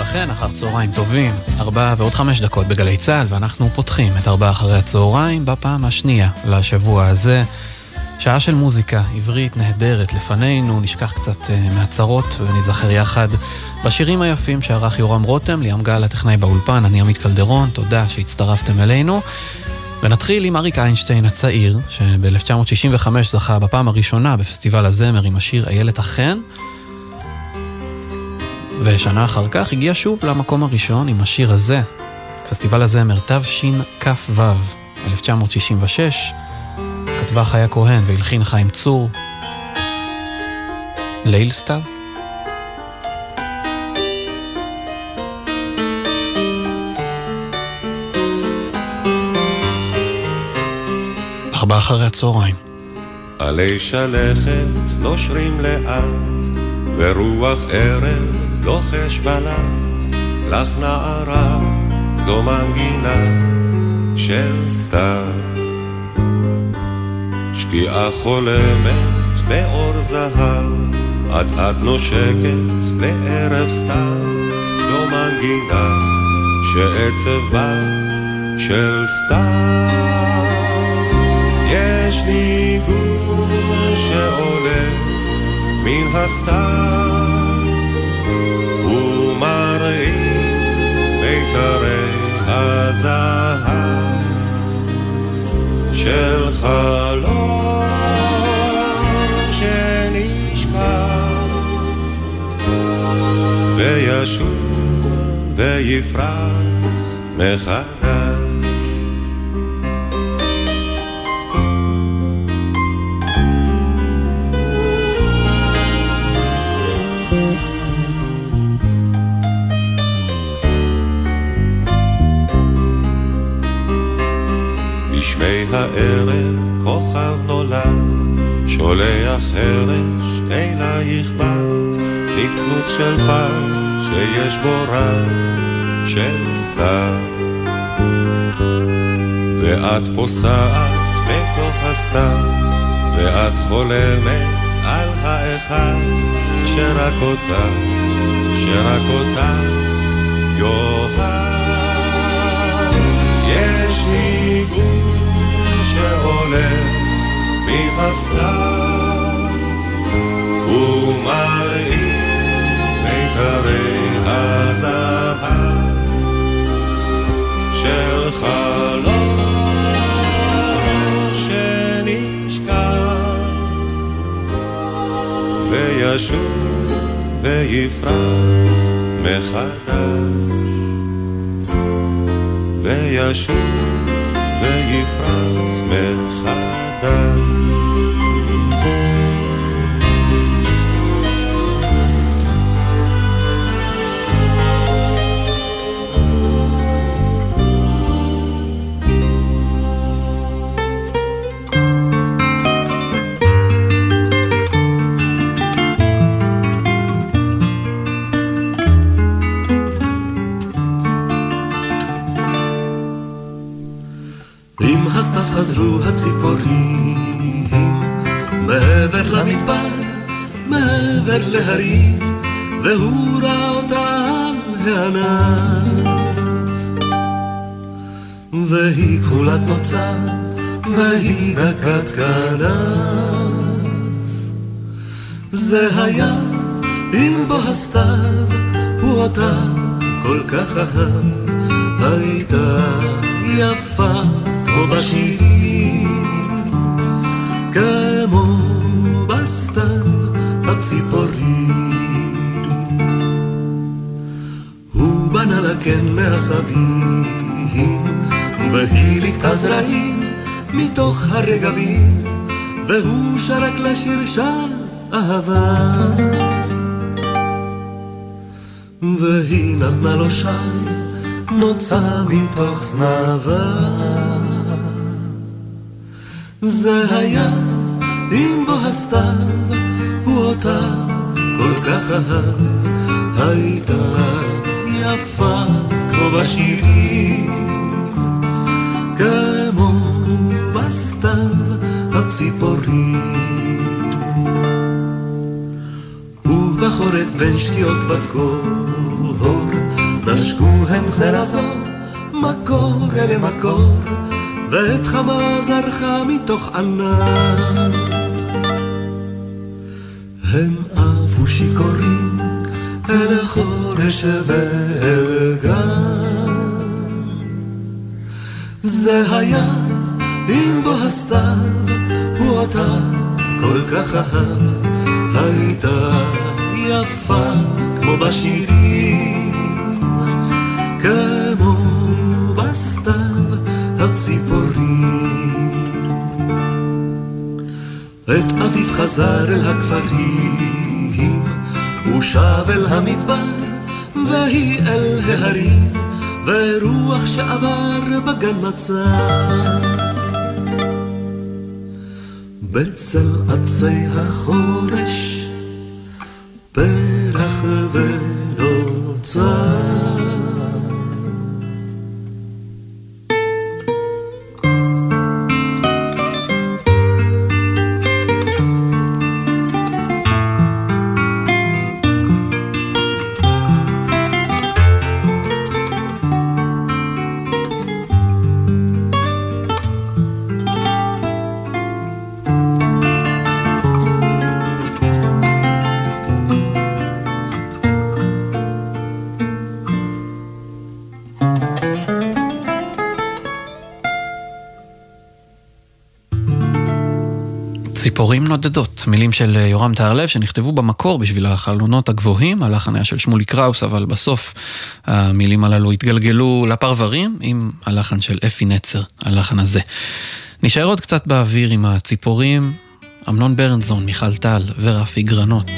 אכן, אחר צהריים טובים, 4:05 בגלי צהל, ואנחנו פותחים את 4 אחרי הצהריים בפעם השנייה לשבוע הזה. שעה של מוזיקה עברית נהדרת לפנינו, נשכח קצת מהצרות ונזכר יחד בשירים היפים שערך יורם רותם, ליאם גל הטכנאי באולפן, אני עמית קלדרון, תודה שהצטרפתם אלינו. ונתחיל עם אריק איינשטיין הצעיר, שב-1965 זכה בפעם הראשונה בפסטיבל הזמר עם השיר איילת החן, ושנה אחר כך הגיע שוב למקום הראשון עם השיר הזה, פסטיבל הזמר תשכ"ו, 1966, כתבה חיה כהן והלחין חיים צור. ליל סתיו. ארבע אחרי הצהריים. עלי שלכת נושרים לאט, ורוח ערב לוחש בלט, לך נערה זו מנגינה של סתיו. שקיעה חולמת באור זהב, עד עד נושקת לערב סתיו, זו מנגינה שעצב בה של סתיו. יש ניגון שעולה מן הסתיו, ומראים מיתרי הזהב של חלום שנשכח וישוב ויפרח מחדש. בשמי הערב כוכב נולד, שולח חרש אלייך בת, נצנות של פז שיש בו רז של סתיו. ואת פוסעת מתוך הסתיו, ואת חולמת על האחד שרק אותה יוהב. יש ניגון שעולה מן הסתיו, ומראים מיתרי הזהב של חלום שנשכח וישוב ויפרח מחדש, וישוב ויפרח מחדש. הסתיו חזרו הציפורים מעבר למדבר, מעבר להרים, והוא ראה אותם הענף. והיא כחולת נוצה, והיא דקת כנף. זה היה אם בו הסתיו, הוא אותה כל כך אהב, הייתה יפה כמו בשירים, כמו בסתיו הציפורים. הוא בנה לקן מהסבים, והיא לקטה זרעים מתוך הרגבים, והוא שרק לשיר של אהבה. והיא נתנה לו שי נוצה מתוך זנבה. זה היה אם בו הסתיו, הוא אותה כל כך אהב, הייתה יפה כמו בשירים, כמו בסתיו הציפורים. ובחורף בין שקיעות וקור זה לזו מקור אל מקור, ואת חמה זרחה מתוך ענן. הם עפו שיכורים אל חורש ואל גן, זה היה עם בו הסתיו, הוא אותה כל כך אהב, הייתה יפה כמו בשירים, כמו בסתיו הציפורים. את אביב חזר אל הכפרים, הוא שב אל המדבר, והיא אל ההרים, ורוח שעבר בגן מצא. בצל עצי החורש פרח ונוצר. ציפורים נודדות, מילים של יורם תהרלב שנכתבו במקור בשביל החלונות הגבוהים, הלחן היה של שמולי קראוס, אבל בסוף המילים הללו התגלגלו לפרברים עם הלחן של אפי נצר, הלחן הזה. נשאר עוד קצת באוויר עם הציפורים, אמנון ברנזון, מיכל טל ורפי גרנות.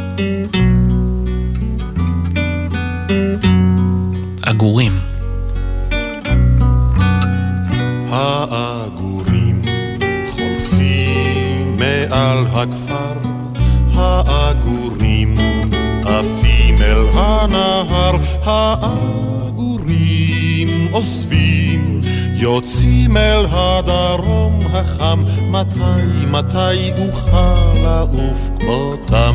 אגורים. האגורים חולפים מעל הכפר, האגורים עפים אל הנהר, האגורים אוספים יוצאים אל הדרום החם, מתי אוכל לעוף כמותם.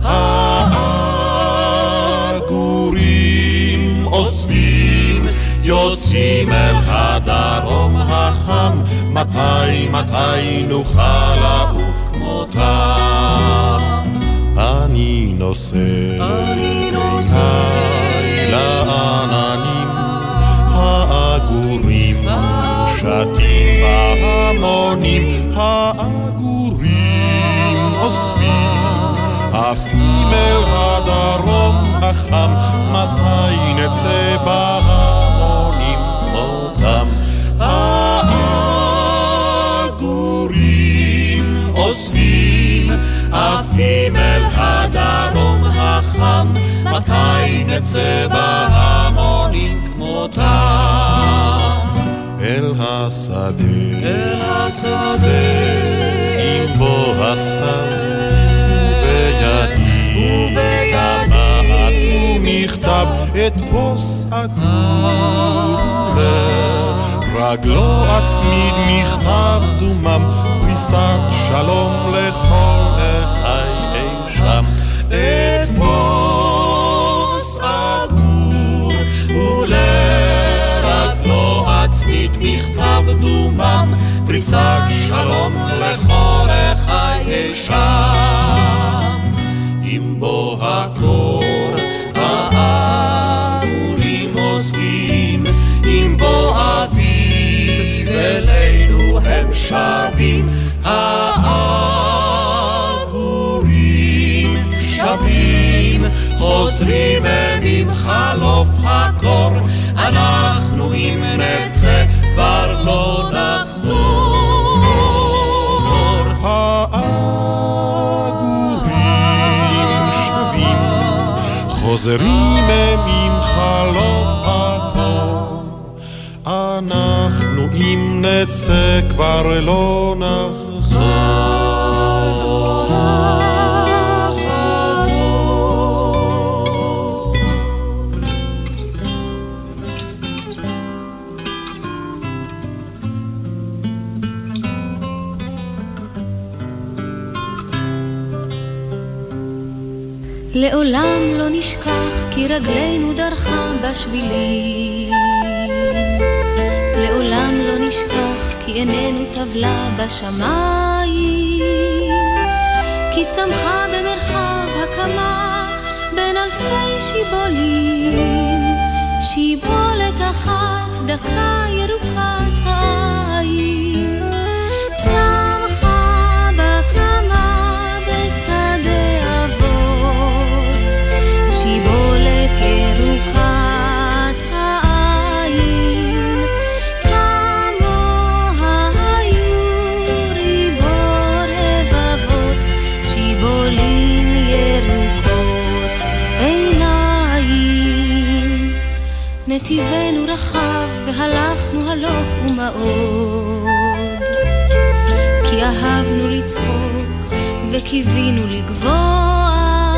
האגורים אוספים יוצאים אל הדרום החם, מתי נוכל לעוף כמותם. אני נושא לעננים, האגורים שתים בהמונים, האגורים אוספים עפים אל הדרום החם, מתי נצא בהמונים אותם. האגורים אוספים עפים אל הדרום החם, מתי נצא בהמונים כמותם. אל השדה עם בו הסתיו, ובידי טבעת ומכתב, את בוס אגור לרגלו אצמיד מכתב דומם, פריסת שלום לכל אחי אי שם. את בוס אגור ולרגלו אצמיד מכתב דומם, פריסת שלום לכל אחי אי שם. עם בו הקור האגורים עוזבים, עם בו אביב אלינו הם שבים. האגורים שבים חוזרים הם עם חלוף הקור, אנחנו אם נצא כבר לא נחזור. חוזרים הם עם חלוף הקור, אנחנו אם נצא כבר לא נחזור. לעולם לא נשכח כי רגלינו דרכה בשבילים, לעולם לא נשכח כי עינינו טבלה בשמיים, כי צמחה במרחב הקמה בין אלפי שיבולים, שיבולת אחת דקה ירוקת העין, צמחה בקמה בשדה אבות, שיבולת ירוקת העין, כמוה היו ריבו רבבות, שיבולים ירוקות עיניים. נתיבנו רחב והלכנו הלוך ומאוד, כי אהבנו לצחוק וקיווינו לגבוה,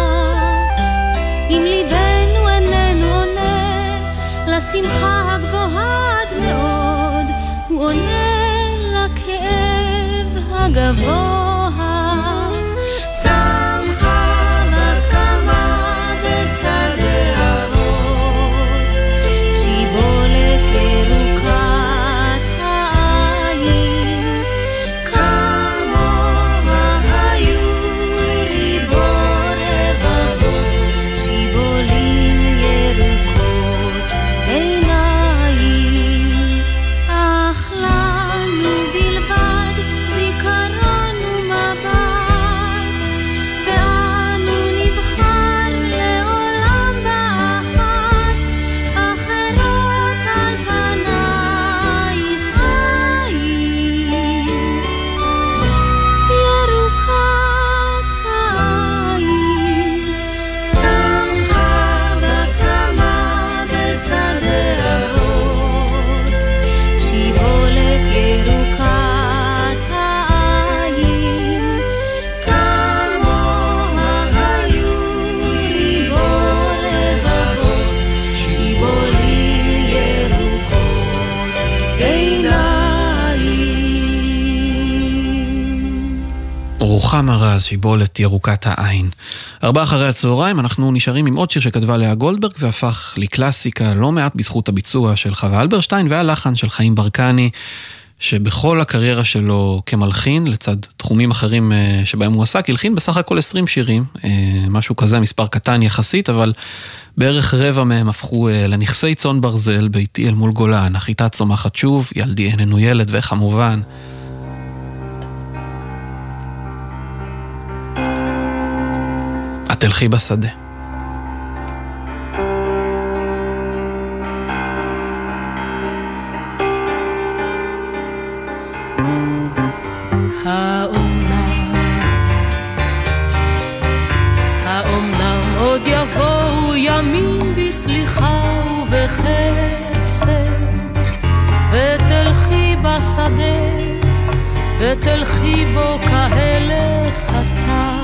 אם ליבנו איננו עונה לשמחה הגבוהה עד מאוד, הוא עונה לכאב הגבוה. צמחה בקמה בשדה אבות, שיבולת ירוקת העין, כמוה היו ריבו רבבות, שיבולים ירוקות עיניים. אך לנו בלבד זיכרון ומבט, ואנו נבחר לעולם באחת, אחרות על פנייך חיים, ירוקת העין. צמחה בקמה בשדה אבות, שיבולת ירוקת העין, כמוה היו ריבו רבבות, שיבולים ירוקות עיניים. רוחמה רז, שיבולת ירוקת העין. 4 אחרי הצהריים, אנחנו נשארים עם עוד שיר שכתבה לאה גולדברג והפך לקלאסיקה לא מעט בזכות הביצוע של חווה אלברשטיין והלחן של חיים ברקני, שבכל הקריירה שלו כמלחין, לצד תחומים אחרים שבהם הוא עסק, הלחין בסך הכל 20 שירים, משהו כזה, מספר קטן יחסית, אבל בערך רבע מהם הפכו לנכסי צאן ברזל, ביתי אל מול גולן, החיטה צומחת שוב, ילדי איננו ילד, וכמובן את תלכי בשדה. האומנם עוד יבואו ימים בסליחה ובחסד, ותלכי בשדה ותלכי בו כהלך הטל,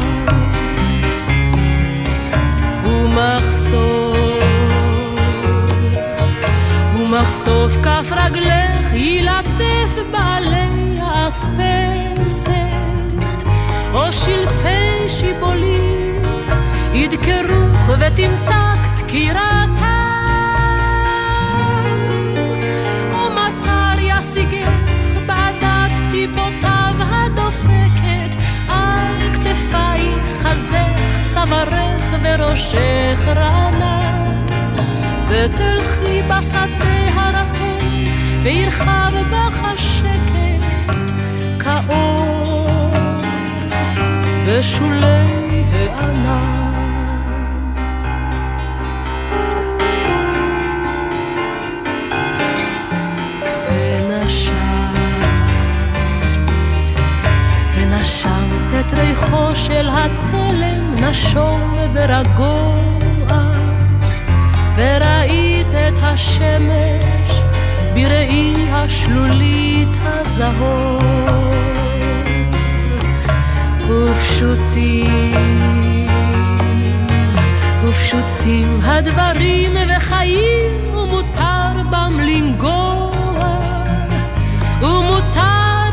ומחשוף כף רגלך ילטף בעלי האספסת, או שלפי שיבולים ידקרוך ותמתק דקירתם, או מטר ישיגך בעדת טיפותיו הדופקת, על כתפייך חזך צווארך וראשך רענן, ותלכי בשדה הרטון וירחב בך השקט כאור בשולי הענן. ונשמת את ריחו של התלם נשום ורגוע, וראית את השמש בראי השלולית הזהוב, ופשוטים הדברים וחיים, ומותר בם לנגוע, ומותר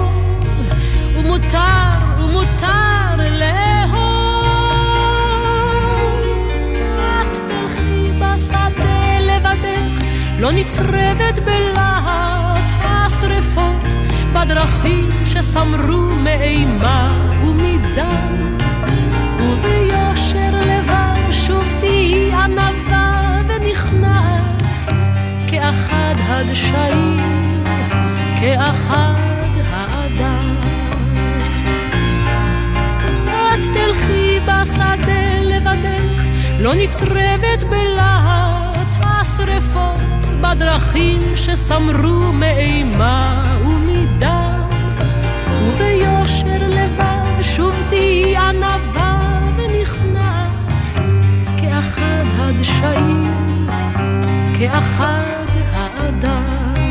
לאהוב, ומותר לאהוב, לא נצרבת בלהט השרפות בדרכים שסמרו מאימה ומדם, וביושר לבן שוב תהי ענווה ונכנעת כאחד הדשאים, כאחד האדם. את תלכי בשדה לבדך, לא נצרבת בלהט השרפות בדרכים שסמרו מאימה ומדם, וביושר לבן שוב תהי ענווה ונכנעת כאחד הדשאים, כאחד האדם.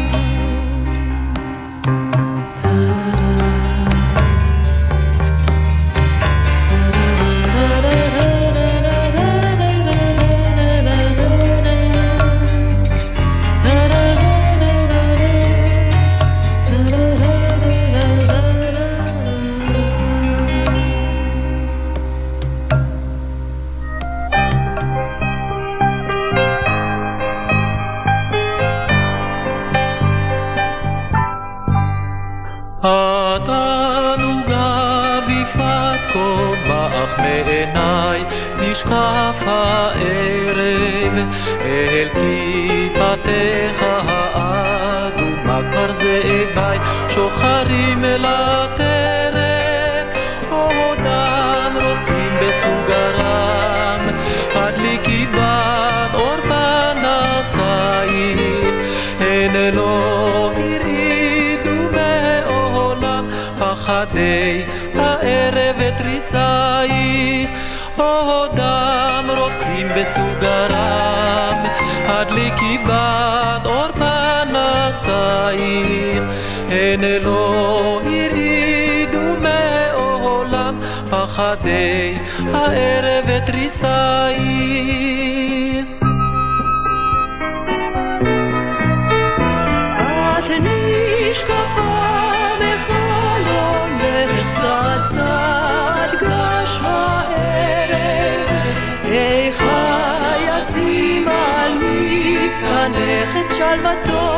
התענוגה ביפת כה בך מעיניי, נשקף הערב אל כיפתך האדומה, כבר זאביי שוחרים אל הטרף, עודם רוצים בסוגרם, הדליקי בת אור פנסייך, הן לא הרעידו מעולם פחדי הערב ותריסייך, עודם רוצים בסוגרם, הדליקי בת אור פנסייך, הן לא הרעידו מעולם פחדי הערב ותריסייך. את נשקפה בחלומך צעד צעד גש הערב, איכה ישים על מפקנך את שלוותו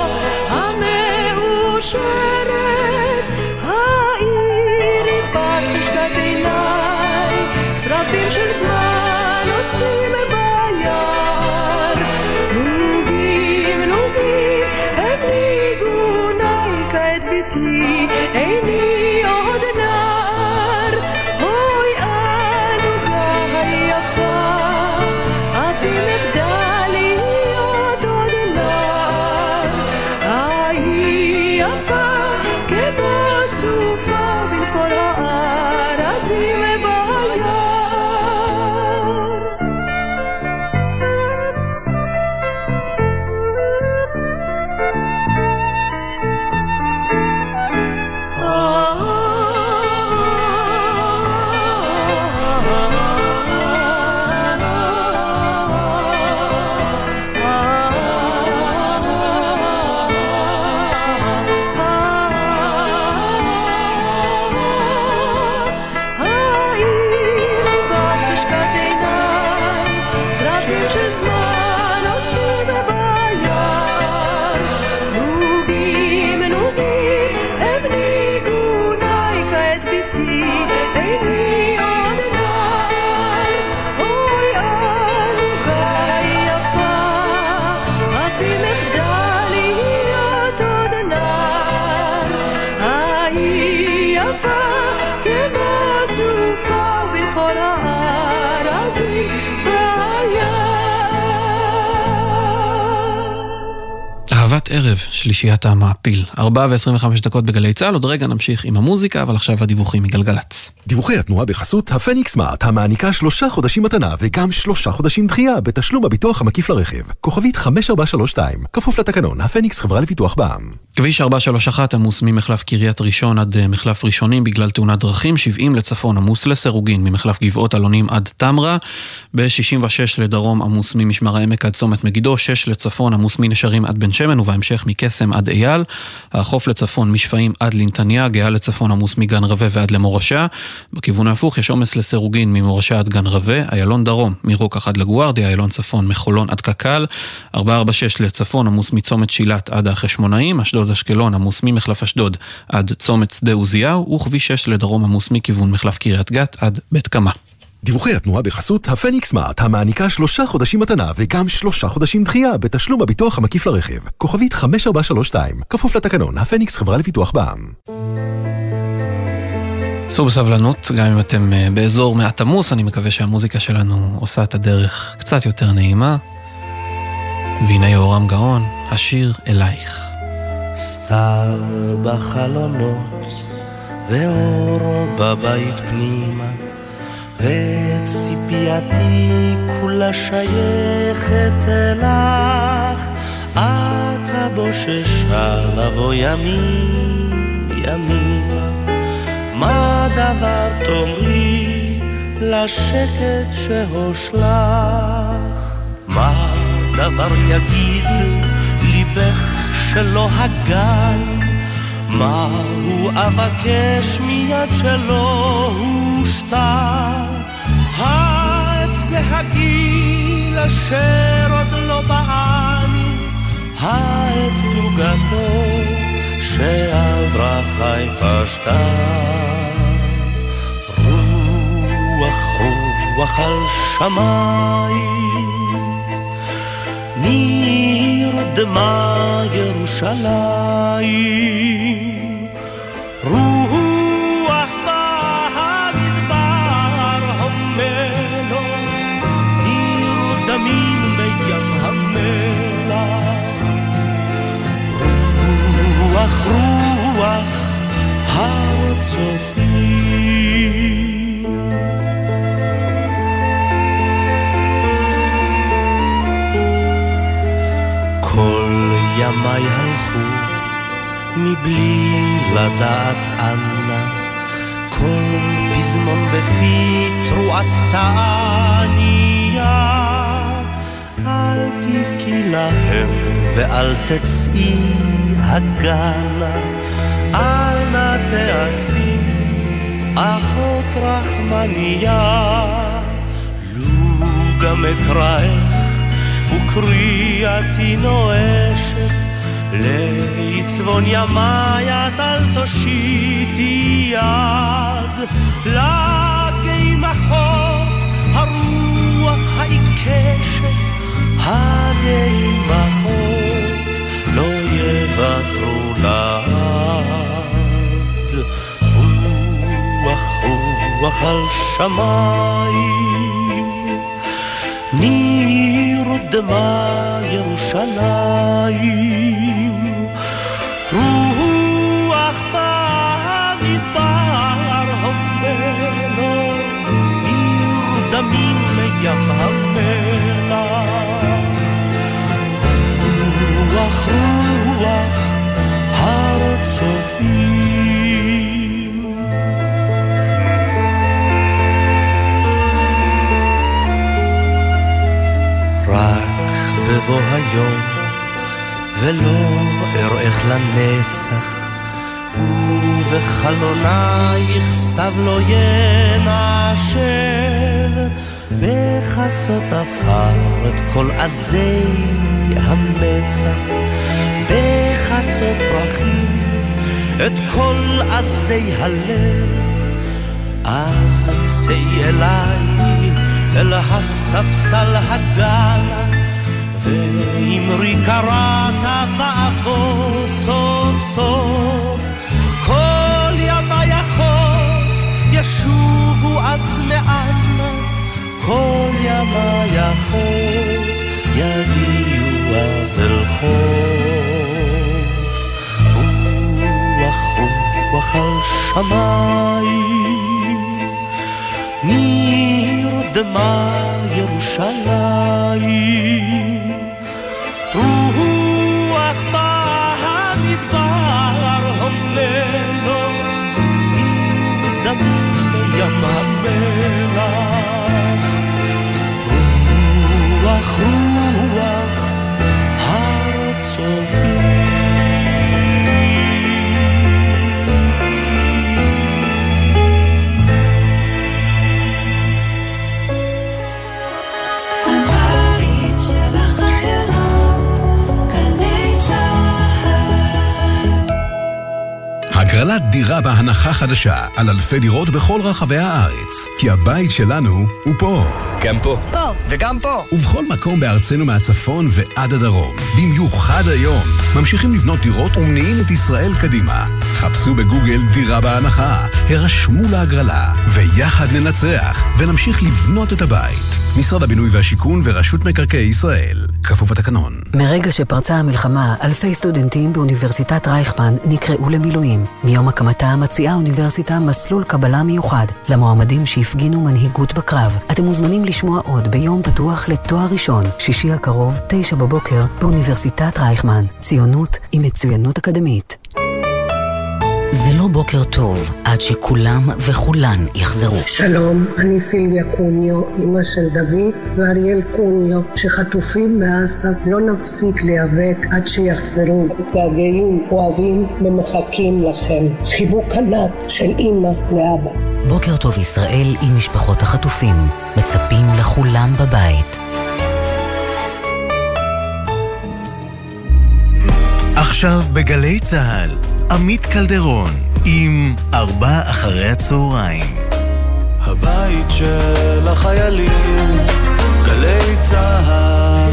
המאושרת, העירי בת חשקת עיניי, שרפים של זמן עוטפים ביד, נוגים נוגים הם ניגוני כעת ביתי, איני עוד נער, אוי ענוגה היפה, אבי מחדל להיות עוד נער, ההיא יפה כמו סופה בכל הארזים ביד. אהבת ערב, שלישיית המעפיל. 4:25 בגלי צהל, עוד רגע נמשיך עם המוזיקה, אבל עכשיו הדיווחים מגלגלץ. דיווחי התנועה בחסות הפניקס סמארט, המעניקה 3 חודשים מתנה וגם 3 חודשים דחייה בתשלום הביטוח המקיף לרכב. כוכבית 5432, כפוף לתקנון, הפניקס חברה לפיתוח בע"מ. כביש 431 עמוס ממחלף קריית ראשון עד מחלף ראשונים בגלל תאונת דרכים, 70 לצפון עמוס לסירוגין ממחלף גבעות אלונים עד תמרה, ב-66 לדרום עמוס ממשמר העמק עד צומת מגידו, 6 לצפון עמוס מנשרים עד בן שמן, וההמשך מקסם עד אייל, החוף לצפון משפעים עד לנתניה, גאה לצפון עמוס מגן רווה ועד למורשה, בכיוון ההפוך יש עומס לסירוגין ממורשה עד גן רווה, איילון דרום מרוקח עד לגוארדיה, איילון צפון מחולון עד קקל, 446 לצפון עמוס מצומת שילת עד החשמונאים, אשדוד אשקלון עמוס ממחלף אשדוד עד צומת שדה עוזיהו, וכביש 6 לדרום עמוס מכיוון מחלף קריית גת עד בית קמה. דיווחי התנועה בחסות הפניקס סמארט, המעניקה 3 חודשים מתנה וגם 3 חודשים דחייה בתשלום הביטוח המקיף לרכב. כוכבית 5432, כפוף לתקנון, הפניקס חברה לפיתוח בע"מ. סעו בסבלנות, גם אם אתם באזור מעט עמוס, אני מקווה שהמוזיקה שלנו עושה את הדרך קצת יותר נעימה. והנה יהורם גאון, השיר אלייך. סתר בחלונות ואור בבית פנימה, וציפייתי כולה שייכת אלך, את הבוששה לבוא ימים ימימה. מה דבר תאמרי לשקט שהושלך? מה דבר יגיד ליבך שלא הגן? מה הוא אבקש מיד שלא הושתה? העץ זה הגיל אשר עוד לא בעני, העץ תוגתו שעל דרכי פשטה. רוח רוח על שמיים, ניר דמה ירושלים. רוח במדבר המלו, ניר דמים בים המלח. רוח רוח הר צופים. כל ימי הלכו מבלי לדעת אנה, כל פזמון בפי תרועת תעניה. אל תבכי להם ואל תצאי הגנה, אל נא תאספי אחות רחמניה. לו גם אקראך וקריאתי נואשת, לצפון ימי את אל תושיטי יד. לגי מחות הרוח העיקשת, הגי מחות לא יוותרו לעד. רוח רוח על שמיים, ניר דמה ירושלים. רוח במדבר המלו, ניר דמים מים המלח. רוח רוח הר צופים. רק בבוא היום ולא אראך לנצח, ובחלונייך סתיו לא ינשר. בחסות עפר את כל עזי המצח, בחסות פרחים את כל עזי הלב. אז צאי אליי אל הספסל הגלה, ואמרי קראת ואבוא סוף סוף. כל ימי אחות ישובו אז מענה, כל ימי אחות יגיעו אז אל חוף. רוח רוח על שמיים, ניר דמה ירושלים. רוח במדבר המלו, ניר דמים בים המלח. רוח רוח הר צופים. הגרלת דירה בהנחה חדשה על אלפי דירות בכל רחבי הארץ. כי הבית שלנו הוא פה. גם פה. פה. וגם פה. ובכל מקום בארצנו מהצפון ועד הדרום. במיוחד היום. ממשיכים לבנות דירות ומניעים את ישראל קדימה. חפשו בגוגל דירה בהנחה. הרשמו להגרלה. ויחד ננצח. ונמשיך לבנות את הבית. משרד הבינוי והשיכון ורשות מקרקעי ישראל. כפוף התקנון. מרגע שפרצה המלחמה, אלפי סטודנטים באוניברסיטת רייכמן נקראו למילואים. מיום הקמתה מציעה האוניברסיטה מסלול קבלה מיוחד למועמדים שהפגינו מנהיגות בקרב. אתם מוזמנים לשמוע עוד ביום פתוח לתואר ראשון, שישי הקרוב, 9 בבוקר, באוניברסיטת רייכמן. ציונות עם מצוינות אקדמית. זה לא בוקר טוב עד שכולם וכולן יחזרו. שלום, אני סילביה קוניו, אמא של דוד ואריאל קוניו, שחטופים בעזה. לא נפסיק להיאבק עד שיחזרו. מתגעגעים, אוהבים ומחכים לכם. חיבוק ענק של אמא לאבא. בוקר טוב ישראל עם משפחות החטופים. מצפים לכולם בבית. עכשיו בגלי צהל, עמית קלדרון עם 4 אחרי הצהריים. הבית של החיילים, גלי צהל.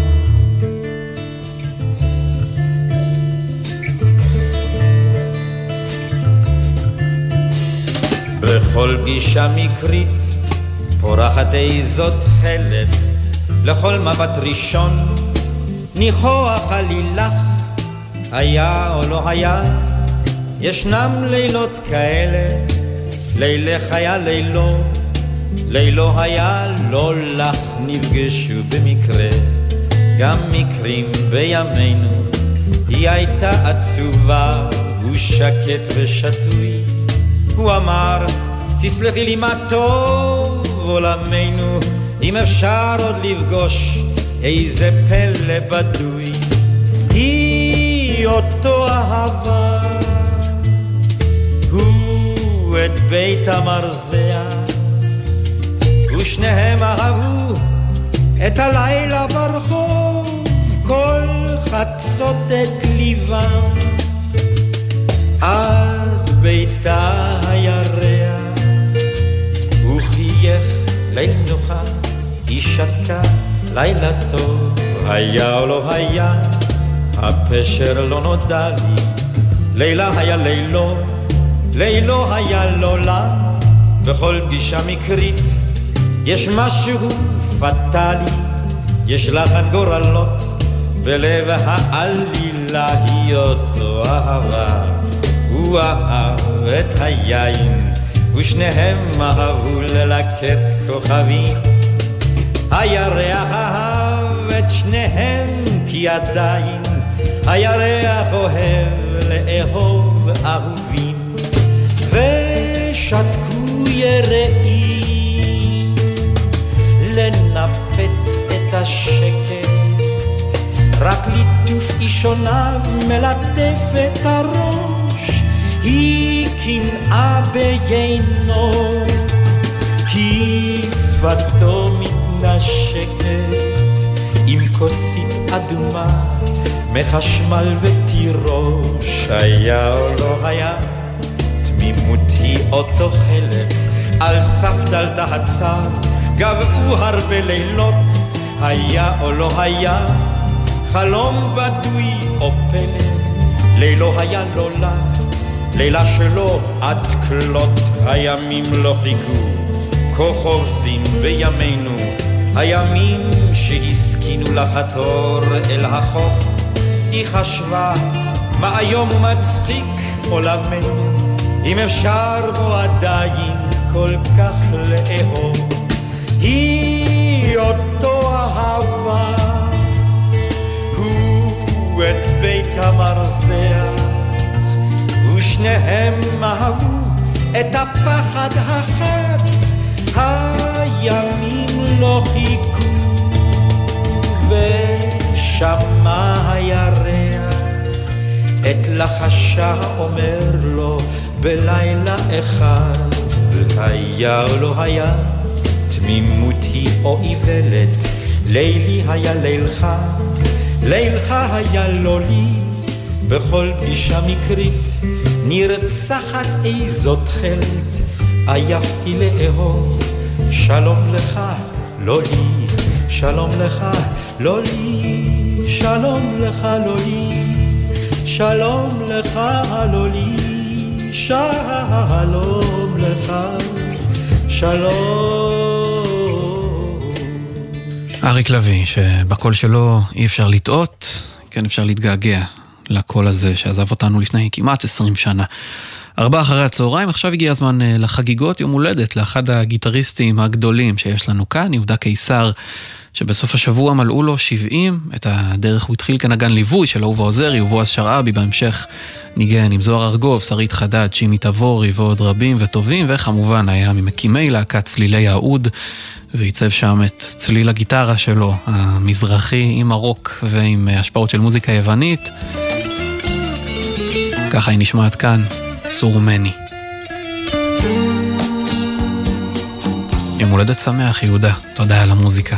בכל פגישה מקרית פורחת איזו תחלת, לכל מבט ראשון ניחוח עלילך. היה או לא היה, ישנם לילות כאלה, לילך היה לילו, לילו היה לא לך. נפגשו במקרה גם מקרים בימינו, היא הייתה עצובה, הוא שקט ושטוי. הוא אמר, תסלחי לי מה טוב עולמנו, אם אפשר עוד לפגוש איזה פלא בדוי. היא אותו אהבה, הוא את בית המרזח, ושניהם אהבו את הלילה ברחוב, כל חצות את ליבם. עד ביתה הירח, הוא חייך ליל נוחה, היא שתקה לילה טוב. היה או לא היה, הפשר לא נודע לי, לילה היה לילו, לילו היה לא לה. בכל פגישה מקרית יש משהו פטלי, יש לחן גורלות בלב העלילה. היא אותו אהבה, הוא אהב את היין, ושניהם אהבו ללקט כוכבים. הירח אהב את שניהם כי עדיין הירח אוהב לאהוב אהובים. ושתקו יראים לנפץ את השקט, רק ליטוף אישוניו מלטף את הראש. היא קנאה ביינו כי שפתו מתנשקת עם כוסית אדומה מחשמל ותירוש. היה או לא היה, תמימות היא אותו חלת, על סף דלת הצר גבעו הרבה לילות. היה או לא היה, חלום בדוי או פלא, לילו היה לא לה, לילה שלו עד כלות. הימים לא חיכו כה חובזים בימינו, הימים שהסכינו לחתור אל החוף. היא חשבה מה היום ומצחיק עולמנו, אם אפשר בו עדיין כל כך לאהוב. היא אותו אהבה, הוא את בית המרזח, ושניהם אהבו את הפחד החד. הימים לא חיכו ושמע הירח את לחשה אומר לו בלילה אחד. היה או לא היה, תמימות היא או איוולת, לילי היה לילך, לילך היה לא לי, בכל פגישה מקרית נרצחת איזו תכלת, עייפתי לאהוב, שלום לך, לא לי, שלום לך, לא לי, שלום לך, לא לי, שלום לך, לא לי, שלום לך, שלום. אריק לוי, שבקול שלו אי אפשר לטעות, כן אפשר להתגעגע לקול הזה שעזב אותנו לפני כמעט 20 שנה. 4 אחרי הצהריים, עכשיו הגיע הזמן לחגיגות יום הולדת לאחד הגיטריסטים הגדולים שיש לנו כאן, יהודה קיסר, שבסוף השבוע מלאו לו 70, את הדרך הוא התחיל כנגן ליווי של אהובה עוזרי ובועז שרעבי, בהמשך ניגן עם זוהר ארגוב, שרית חדד, שימי תבורי ועוד רבים וטובים, וכמובן היה ממקימי להקת צלילי העוד, ועיצב שם את צליל הגיטרה שלו, המזרחי עם הרוק ועם השפעות של מוזיקה יוונית. ככה היא נשמעת כאן, סורמני. יום הולדת שמח יהודה, תודה על המוזיקה.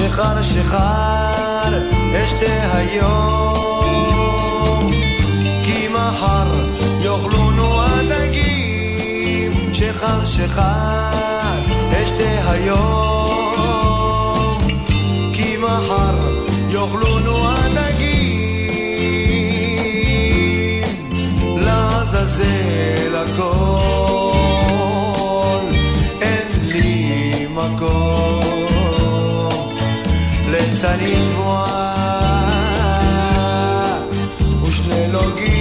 שחר שחר אשתה היום, כי מחר יאכלונו הדגים. שחר שחר אשתה היום, כי מחר יאכלונו הדגים. לעזאזל הכל, אין לי מקום לצנית צבועה ושני לוגים.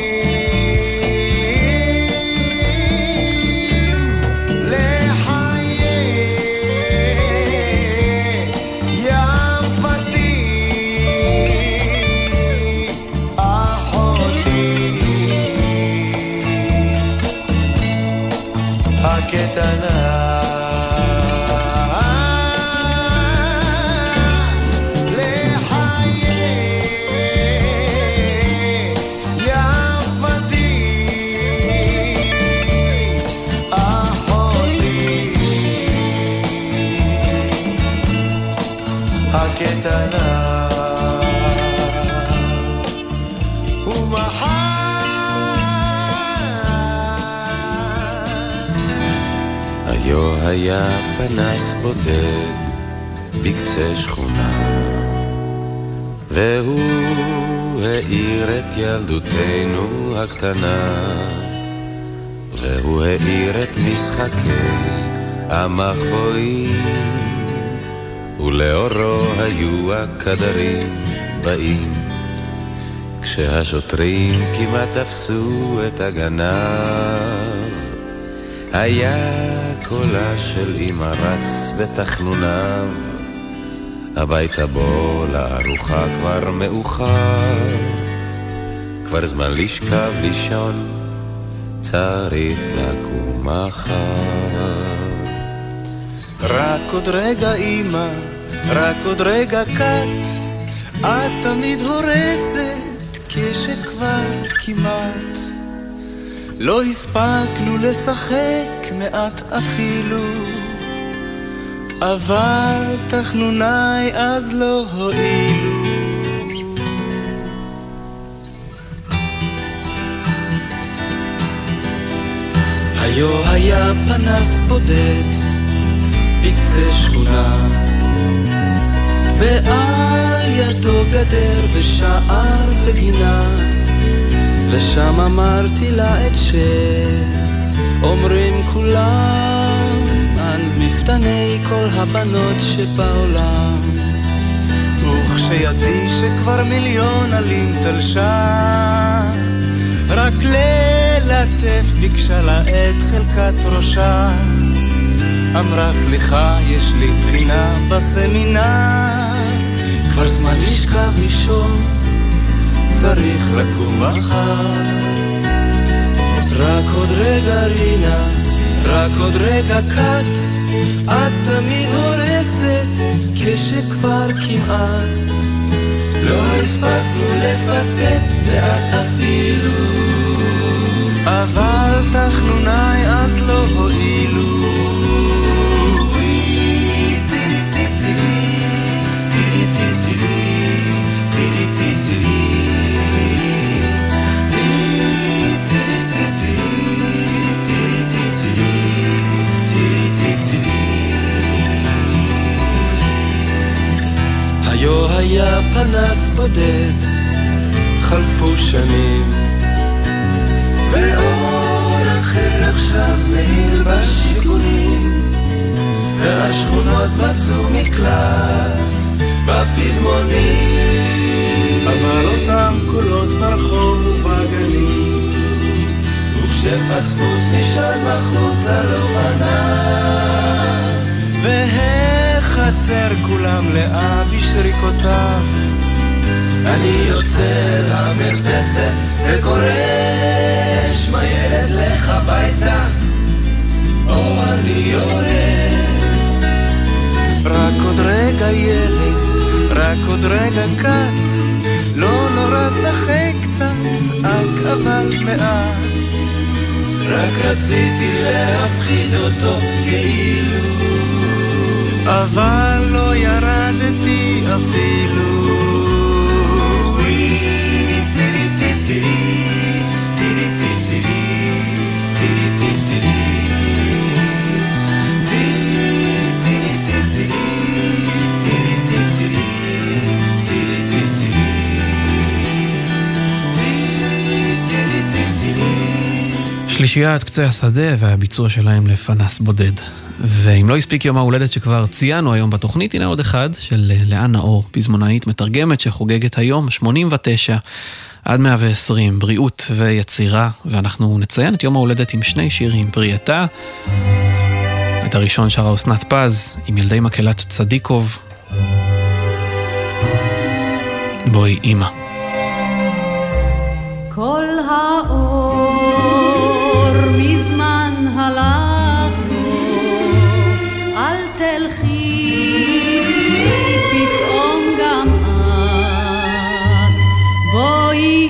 היה פנס בודד בקצה שכונה, והוא האיר את ילדותנו הקטנה, והוא האיר את משחקי המחבואים, ולאורו היו הכדרים באים, כשהשוטרים כמעט תפסו את הגנב. היה קולה של אמא רץ בתחנוניו, הביתה בו לארוחה כבר מאוחר, כבר זמן לשכב לישון, צריך לקום מחר. רק עוד רגע אמא, רק עוד רגע קט, את תמיד הורסת כשכבר כמעט לא הספקנו לשחק מעט אפילו, אבל תחנוני אז לא הועילו. היו היה פנס בודד בקצה שכונה, ועל ידו גדר ושער וגינה, ושם אמרתי לה את שאומרים כולם על מפתני כל הבנות שבעולם. וכשידי שכבר מיליון עלים תלשה, רק ללטף ביקשה לה את חלקת ראשה, אמרה סליחה יש לי בחינה בסמינר, כבר זמן לשכב לישון, צריך לקום מחר. רק עוד רגע רינה, רק עוד רגע קט, את תמיד הורסת כשכבר כמעט לא הספקנו לפטט מעט אפילו, אבל תחנוני אז לא הועילו. היו היה פנס בודד, חלפו שנים, ואור אחר עכשיו מאיר בשיכונים, והשכונות מצאו מקלט בפזמונים, אבל אותם קולות ברחוב ובגנים, וכשפספוס נשאר בחוץ על אופניו, והחצר כולם לאה בשריקותיו. אני יוצא למרפסת וקורש, מה ילד לך ביתה, או אני יורד. רק עוד רגע ילד, רק עוד רגע קט, לא נורא שחק קצת, צעק אבל מעט, רק רציתי להפחיד אותו כאילו, אבל לא ירדת שלישיית קצה השדה והביצוע שלהם לפנס בודד. ואם לא הספיק יום ההולדת שכבר ציינו היום בתוכנית, הנה עוד אחד של לאן נאור, פזמונאית מתרגמת שחוגגת היום 89 עד 120, בריאות ויצירה, ואנחנו נציין את יום ההולדת עם שני שירים, בריאתה, את הראשון שרה אסנת פז עם ילדי מקהלת צדיקוב, בואי אמא. כל האור מזמן הלך בו, אל תלכי פתאום גם את, בואי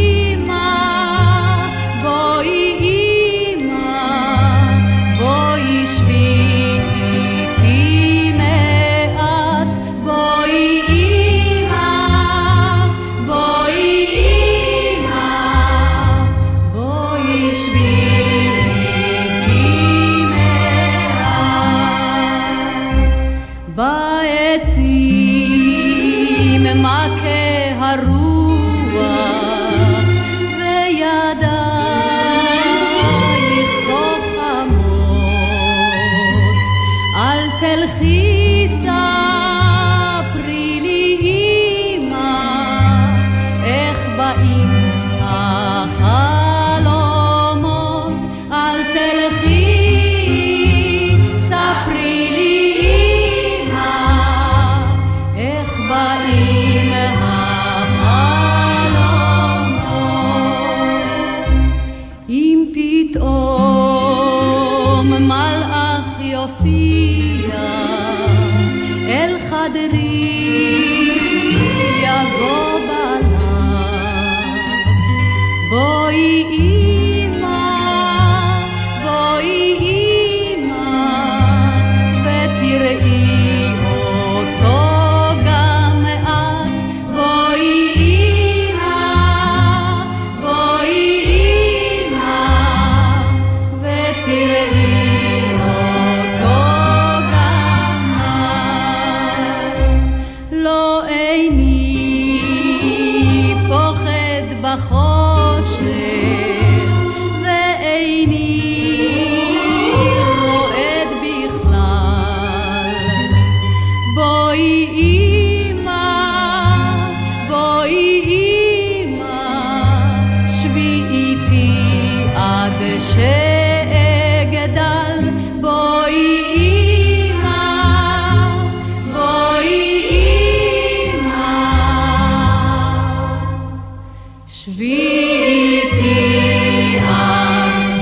אמא, בואי אמא, בואי שבי איתי מעט, בואי אמא, בואי אמא, בואי שבי איתי מעט, בעצים מכה הרוח וידייך חמות, אל תלכי ספרי לי אמא, איך באים החלומות, אל תלכי ספרי לי אמא, איך באים החלומות, אם פתאום מלאך יופיע אל חדרי יבוא בלט, בואי אמא, בואי אמא, ותראי אותו גם את, בואי אמא, בואי אמא, ותראי אותו גם את, לא איני פוחד בחושך ואיני רועד בכלל, בואי אמא, בואי אמא, שבי איתי עד שאגדל, בואי אמא, בואי אמא, שבי איתי עד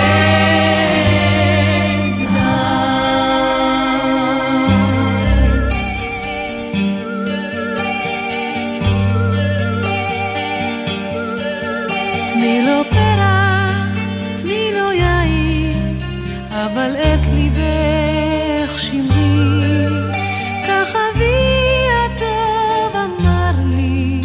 תני לו פרח, תני לו יין, אבל את ליבך שמרי, כך אבי הטוב אמר לי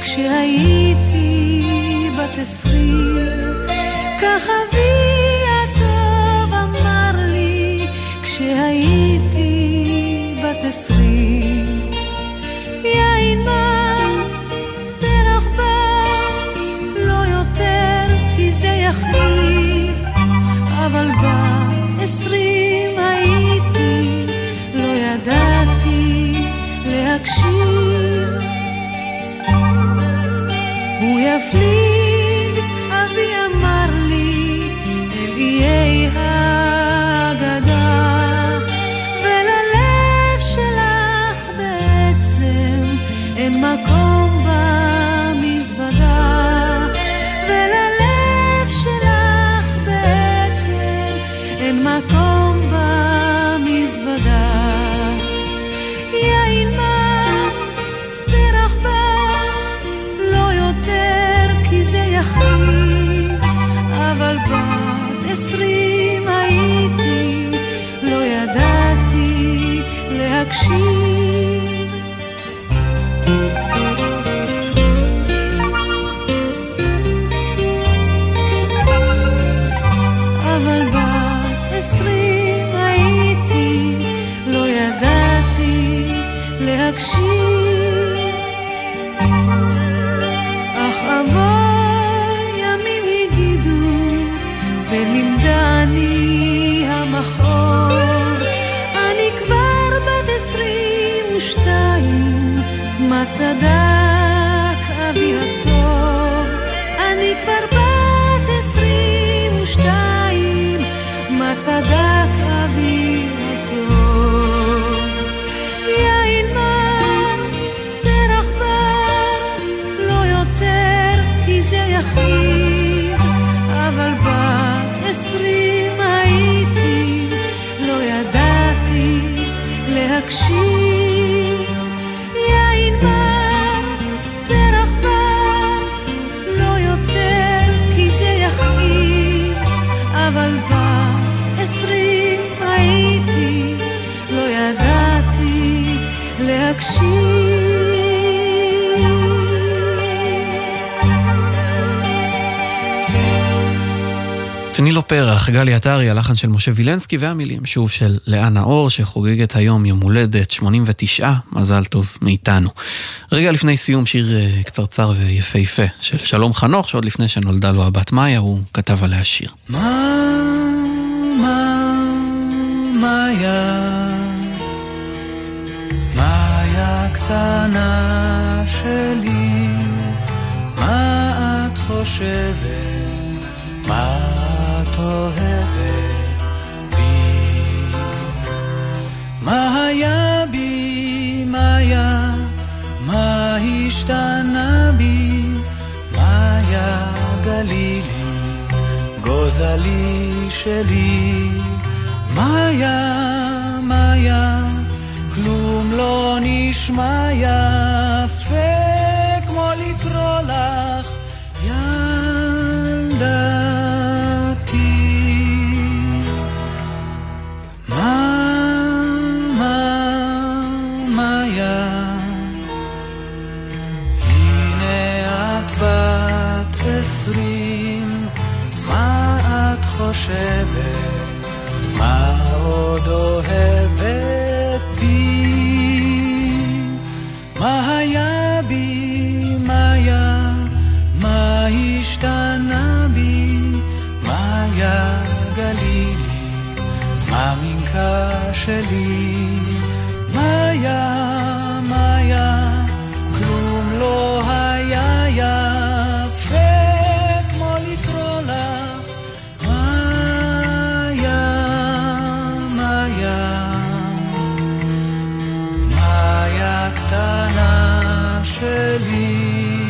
כשהייתי בת 20, כך אבי הטוב אמר לי כשהייתי בת 20, יין מר, פרח בר, לא יותר כי זה יחליף, אבל ב20 הייתי, לא ידעתי להקשיב, הוא יפליג, אבי אמר לי, אל איי הגדה, וללב שלך בעצם אין מקום במזוודה, וללב שלך בעצם אין מקום במזוודה, יין מר, פרח בר, לא יותר כי זה יחליף, אבל בת 20 הייתי, לא ידעתי להקשיב, אבל בת 20 הייתי, לא ידעתי להקשיב, אך אבוא ימים הגידו 22, מה צדק אבי הטוב, אני כבר בת 22, מה צדק אבי הטוב. יין מר, פרח בר, לא יותר כי זה יחיד, אבל בת 20 הייתי, לא ידעתי להקשיב. יין מר, פרח בר, לא יותר כי זה יחיד, אבל בת 20 הייתי, לא ידעתי להקשיב. תני לו פרח, גלי עטרי, הלחן של משה וילנסקי, והמילים שוב של לאה נאור, שחוגגת היום יום הולדת 89, מזל טוב מאיתנו. רגע לפני סיום, שיר קצרצר ויפהפה של שלום חנוך, שעוד לפני שנולדה לו הבת מאיה, הוא כתב עליה שיר. מאיה קטנה שלי, מה את חושבת, מה את אוהבת בי, מה היה בי, מאיה, מה השתנה בי, מאיה גלילי, גוזלי שלי, מאיה, מאיה, כלום לא נשמע יפה כמו לקרוא לך ילדתי. מאיה, הנה את בת 20, מה את חושבת, מה עוד אוהבת בי, מה היה בי, מאיה, מה השתנה בי, מאיה גלילי, מה מנקה שלי, מאיה, מאיה, כלום לא היה יפה כמו לקרוא לך מאיה, מאיה, מאיה קטנה שלי.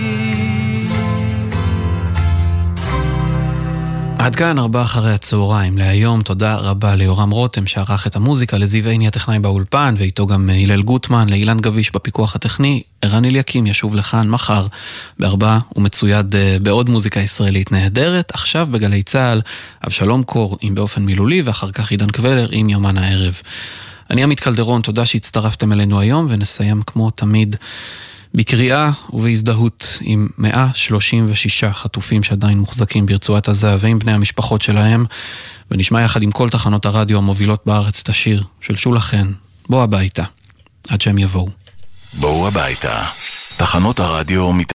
עד כאן 4 אחרי הצהריים להיום. תודה רבה ליורם רותם שערך את המוזיקה, לזיו עיני הטכנאי באולפן, ואיתו גם הלל גוטמן, לאילן גביש בפיקוח הטכני. ערן אליקים ישוב לכאן מחר ב4 ומצויד בעוד מוזיקה ישראלית נהדרת. עכשיו בגלי צהל אבשלום קור עם באופן מילולי, ואחר כך עידן קבלר עם יומן הערב. אני עמית קלדרון, תודה שהצטרפתם אלינו היום, ונסיים כמו תמיד בקריאה ובהזדהות עם 136 חטופים שעדיין מוחזקים ברצועת עזה ועם בני המשפחות שלהם, ונשמע יחד עם כל תחנות הרדיו המובילות בארץ את השיר של שולה חן, בוא הביתה, עד שהם יבואו. בואו הביתה, תחנות הרדיו